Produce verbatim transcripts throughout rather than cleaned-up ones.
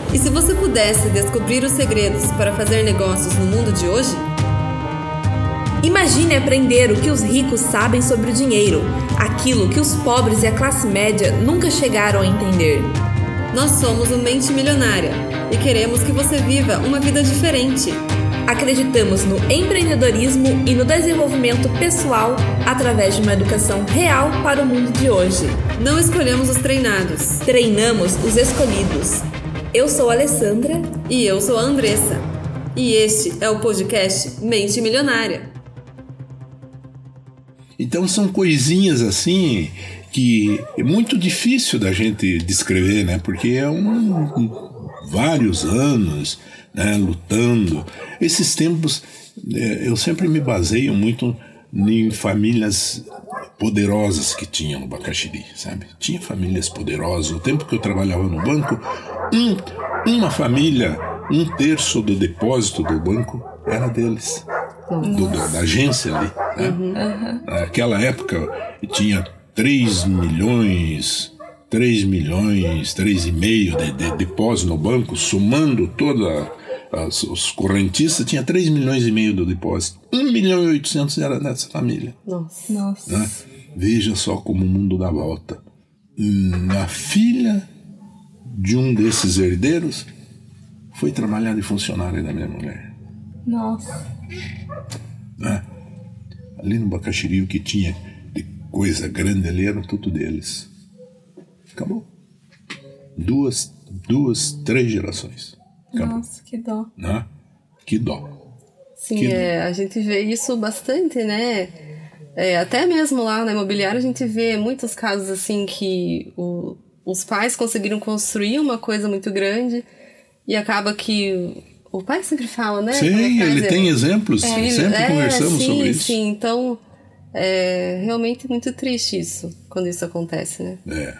E se você pudesse descobrir os segredos para fazer negócios no mundo de hoje? Imagine aprender o que os ricos sabem sobre o dinheiro, aquilo que os pobres e a classe média nunca chegaram a entender. Nós somos o Mente Milionária e queremos que você viva uma vida diferente. Acreditamos no empreendedorismo e no desenvolvimento pessoal através de uma educação real para o mundo de hoje. Não escolhemos os treinados, treinamos os escolhidos. Eu sou a Alessandra e eu sou a Andressa. E este é o podcast Mente Milionária. Então são coisinhas assim que é muito difícil da gente descrever, né? Porque é um, um vários anos, né, lutando. Esses tempos é, eu sempre me baseio muito em famílias poderosas que tinham no Bacaxiri, sabe? Tinha famílias poderosas. O tempo que eu trabalhava no banco, um, uma família, um terço do depósito do banco era deles. Do, da, da agência ali, né? Uhum, uhum. Naquela época tinha três milhões, três milhões, três e meio de, de depósito no banco, somando todos os correntistas, tinha três milhões e meio do depósito. um milhão e oitocentos era dessa família. Nossa. Nossa. Né? Veja só como o mundo dá volta. A filha de um desses herdeiros foi trabalhar de funcionária da minha mulher. Nossa. Né? Ali no Bacaxiri, o que tinha de coisa grande ali era tudo deles. Acabou. Duas, duas, três gerações. Acabou. Nossa, que dó. Né? Que dó. Sim, que é, dó. A gente vê isso bastante, né? É, até mesmo lá na imobiliária a gente vê muitos casos assim que o, os pais conseguiram construir uma coisa muito grande e acaba que o pai sempre fala, né? Sim, ele tem exemplos, é, sempre é, conversamos sim, sobre isso. Sim, então é realmente muito triste isso, quando isso acontece, né? É.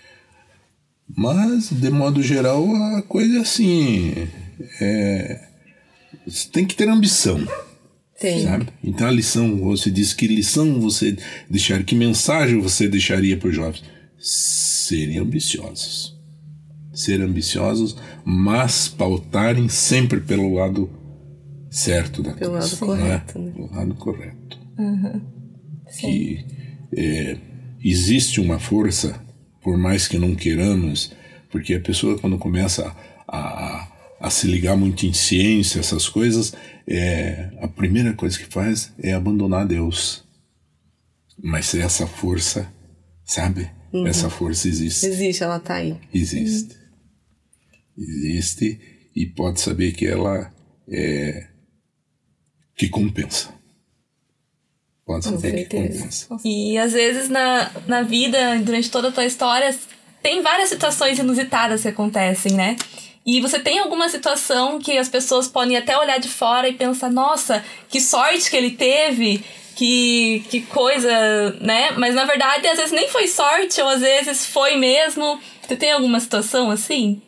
Mas, de modo geral, a coisa é assim, é, você tem que ter ambição. Tem. Sabe? Então a lição, você diz que lição você deixaria, que mensagem você deixaria para os jovens? Serem ambiciosos. Ser ambiciosos, mas pautarem sempre pelo lado certo da pelo coisa. Pelo lado correto. Né? Né? Pelo lado correto. Uhum. Que é, existe uma força, por mais que não queiramos, porque a pessoa quando começa a, a, a se ligar muito em ciência, essas coisas, é, a primeira coisa que faz é abandonar Deus. Mas essa força, sabe? Uhum. Essa força existe. Existe, ela está aí. Existe. Uhum. Existe e pode saber que ela é que compensa. Pode saber que compensa. E às vezes na, na vida, durante toda a tua história, tem várias situações inusitadas que acontecem, né? E você tem alguma situação que as pessoas podem até olhar de fora e pensar, nossa, que sorte que ele teve, que, que coisa, né? Mas na verdade, às vezes nem foi sorte, ou às vezes foi mesmo. Você tem alguma situação assim?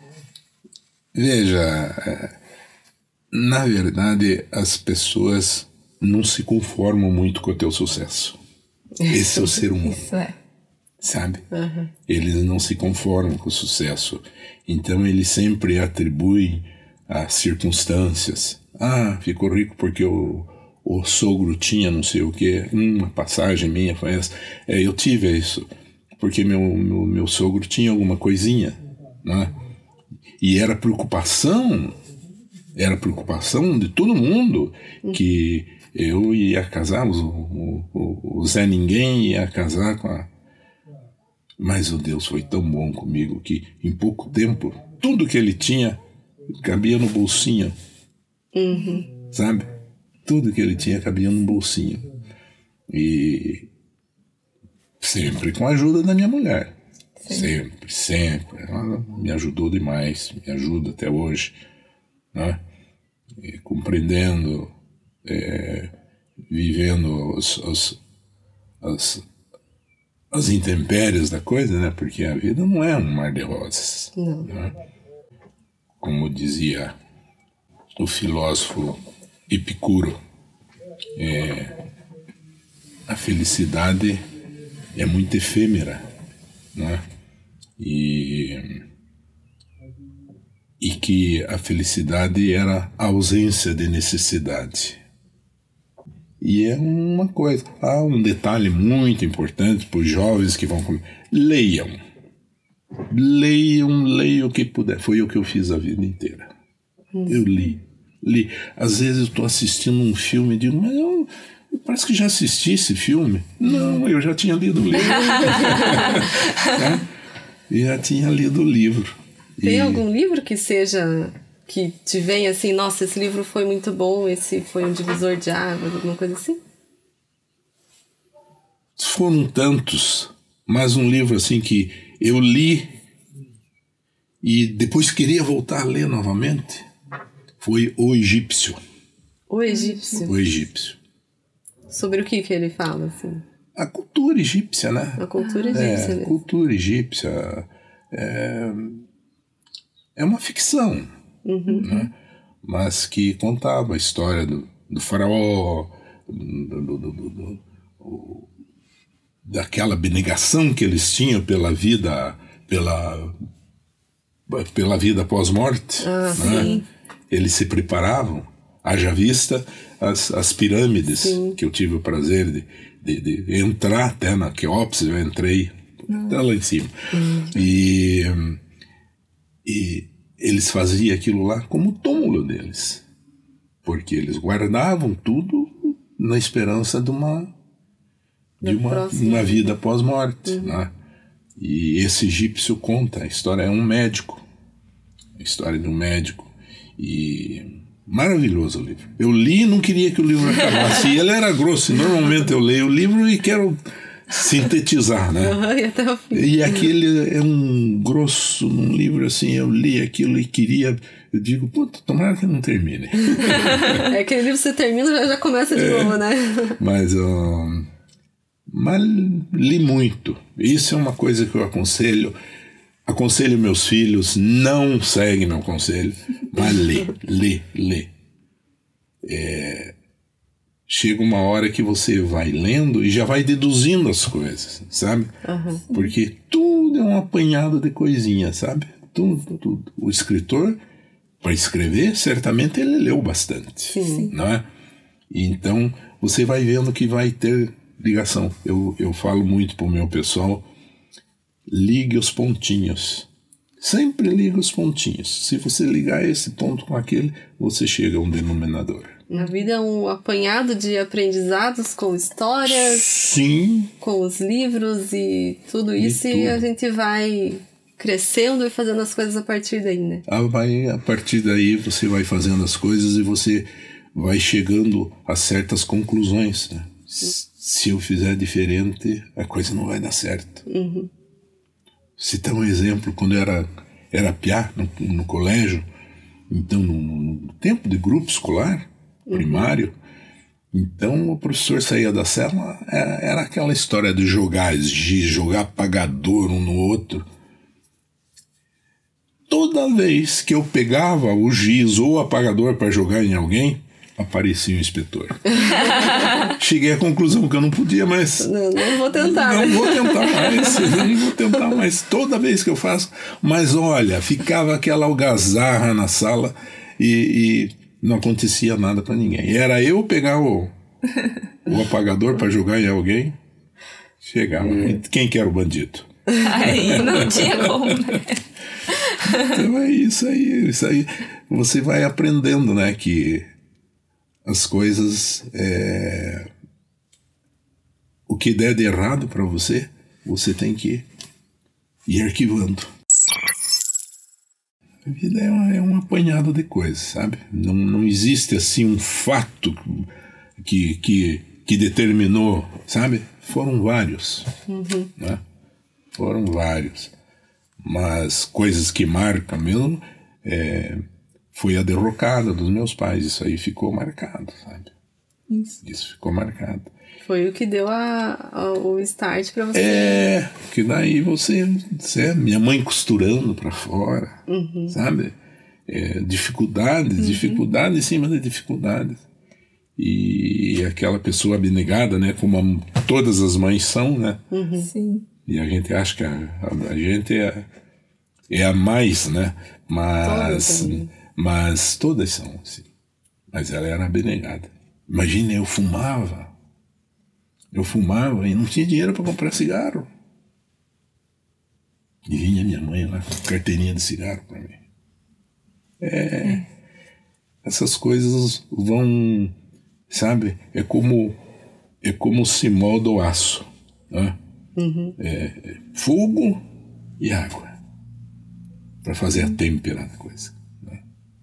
Veja, na verdade, as pessoas não se conformam muito com o teu sucesso. Esse é o ser humano. Isso é. Sabe? Uhum. Eles não se conformam com o sucesso. Então eles sempre atribuem as circunstâncias. Ah, ficou rico porque o, o sogro tinha não sei o quê. Uma passagem minha foi essa. É, eu tive isso. Porque meu, meu, meu sogro tinha alguma coisinha. Né? E era preocupação. Era preocupação de todo mundo que eu ia casar, o, o, o Zé Ninguém ia casar com a... Mas o Deus foi tão bom comigo que em pouco tempo, tudo que ele tinha cabia no bolsinho. Uhum. Sabe? Tudo que ele tinha cabia no bolsinho. E sempre com a ajuda da minha mulher. Sim. Sempre, sempre. Ela me ajudou demais, me ajuda até hoje. Né? E compreendendo, é, vivendo os, os, as, as intempéries da coisa, né? Porque a vida não é um mar de rosas. Não. Né? Como dizia o filósofo Epicuro, é, a felicidade é muito efêmera, né? E que a felicidade era a ausência de necessidade. E é uma coisa, há um detalhe muito importante para os jovens que vão comer. Leiam. Leiam, leiam o que puder. Foi o que eu fiz a vida inteira. Hum. Eu li, li. Às vezes eu estou assistindo um filme e digo, mas eu, eu parece que já assisti esse filme. Não, eu já tinha lido o livro. é? Eu já tinha lido o livro. Tem e... algum livro que seja... que te vem assim, nossa, esse livro foi muito bom, esse foi um divisor de águas, alguma coisa assim? Foram tantos, mas um livro assim que eu li e depois queria voltar a ler novamente foi O Egípcio. O Egípcio? O Egípcio. Sobre o que que ele fala, assim? A cultura egípcia, né? A cultura egípcia. É, a cultura egípcia é, é uma ficção. Uhum. Né? Mas que contava a história do, do faraó, do, do, do, do, do, daquela abnegação que eles tinham pela vida, pela, pela vida pós-morte. Ah, né? sim. Eles se preparavam, haja vista as, as pirâmides, sim. que eu tive o prazer de, de, de entrar até na Quéops, eu entrei uhum. até lá em cima. Uhum. E... e eles faziam aquilo lá como túmulo deles, porque eles guardavam tudo na esperança de uma de uma, uma vida pós-morte. Uhum. Né? E esse egípcio conta, a história é um médico, a história de um médico, e maravilhoso o livro. Eu li e não queria que o livro acabasse, e ele era grosso, normalmente eu leio o livro e quero sintetizar, né? Uhum, e, até o fim. E aquele é um grosso, um livro assim, eu li aquilo e queria, eu digo, puta, tomara que não termine. É aquele livro você termina e já, já começa de é, novo, né? Mas, uh, mas li muito. Isso é uma coisa que eu aconselho. Aconselho meus filhos, não seguem meu conselho, mas lê, lê, lê. É... Chega uma hora que você vai lendo e já vai deduzindo as coisas, sabe? Uhum. Porque tudo é um apanhado de coisinhas, sabe? Tudo, tudo. O escritor, para escrever, certamente ele leu bastante. Sim. Não é? E então, você vai vendo que vai ter ligação. Eu, eu falo muito para o meu pessoal, ligue os pontinhos. Sempre liga os pontinhos. Se você ligar esse ponto com aquele, você chega a um denominador. A vida é um apanhado de aprendizados com histórias, sim, com os livros e tudo isso, e, tudo. E a gente vai crescendo e fazendo as coisas a partir daí, né? Ah, vai, a partir daí você vai fazendo as coisas e você vai chegando a certas conclusões, né? Se eu fizer diferente, a coisa não vai dar certo. Uhum. Citar um exemplo, quando eu era, era piá no, no colégio, então no, no tempo de grupo escolar, primário, uhum. então o professor saía da cela, era, era aquela história de jogar giz, jogar apagador um no outro. Toda vez que eu pegava o giz ou o apagador para jogar em alguém, aparecia o inspetor. Cheguei à conclusão que eu não podia mais. Não, não vou tentar. Não vou tentar mais. Não vou tentar mais. Toda vez que eu faço. Mas olha, ficava aquela algazarra na sala e, e não acontecia nada para ninguém. E era eu pegar o, o apagador para jogar em alguém, chegava. É. Quem que era o bandido? Aí não tinha como, né? Então é isso aí. Isso aí. Você vai aprendendo, né? Que as coisas, é... o que der de errado para você, você tem que ir arquivando. A vida é, uma, é um apanhado de coisas, sabe? Não, não existe assim um fato que, que, que determinou, sabe? Foram vários, uhum. né? Foram vários. Mas coisas que marcam mesmo, é... foi a derrocada dos meus pais. Isso aí ficou marcado, sabe? Isso. Isso ficou marcado. Foi o que deu a, a, o start pra você. É, que daí você... você minha mãe costurando pra fora, uhum. sabe? É, dificuldades, uhum. dificuldades em cima de dificuldades. E aquela pessoa abnegada, né? Como a, todas as mães são, né? Uhum. Sim. E a gente acha que a, a, a gente é... é a mais, né? Mas Todas, mas todas são assim. Mas ela era abnegada. Imagina, eu fumava. Eu fumava e não tinha dinheiro para comprar cigarro. E vinha minha mãe lá com carteirinha de cigarro para mim. É, essas coisas vão, sabe? É como é como se molda o aço, né? Uhum. É, é fogo e água para fazer a têmpera da coisa, né?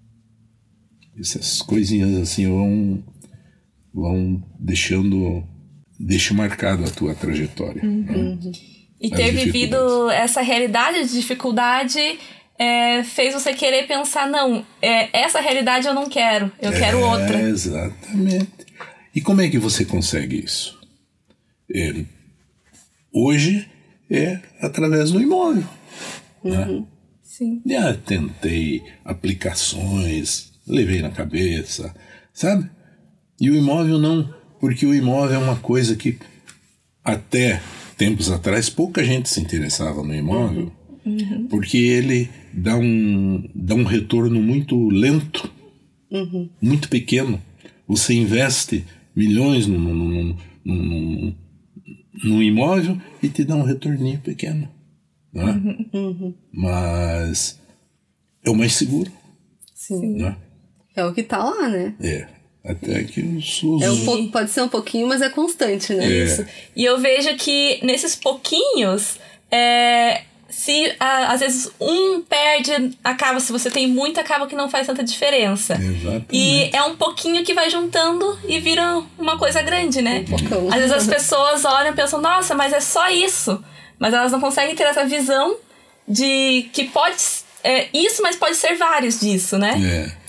Essas coisinhas assim vão vão deixando deixa marcado a tua trajetória, uhum. né? E ter vivido essa realidade de dificuldade é, fez você querer pensar, não, é, essa realidade eu não quero, eu é, quero outra. Exatamente. E como é que você consegue isso? É, hoje é através do imóvel. Uhum. Né? Sim. Já tentei aplicações, levei na cabeça, sabe? E o imóvel não, porque o imóvel é uma coisa que até tempos atrás pouca gente se interessava no imóvel, uhum. porque ele dá um, dá um retorno muito lento, uhum. muito pequeno. Você investe milhões num, num, num, num imóvel e te dá um retorninho pequeno, né? Uhum. Uhum. Mas é o mais seguro. Sim. Né? É o que tá lá, né? É. Até que os, os... É um pouco, pode ser um pouquinho, mas é constante, né? É. Isso. E eu vejo que nesses pouquinhos, é, se a, às vezes um perde, acaba, se você tem muito, acaba que não faz tanta diferença. Exatamente. E é um pouquinho que vai juntando e vira uma coisa grande, né? Um poucão. Às vezes as pessoas olham e pensam, nossa, mas é só isso. Mas elas não conseguem ter essa visão de que pode é, isso, mas pode ser vários disso, né? É.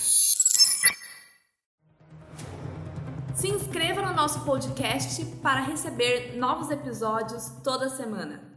Se inscreva no nosso podcast para receber novos episódios toda semana.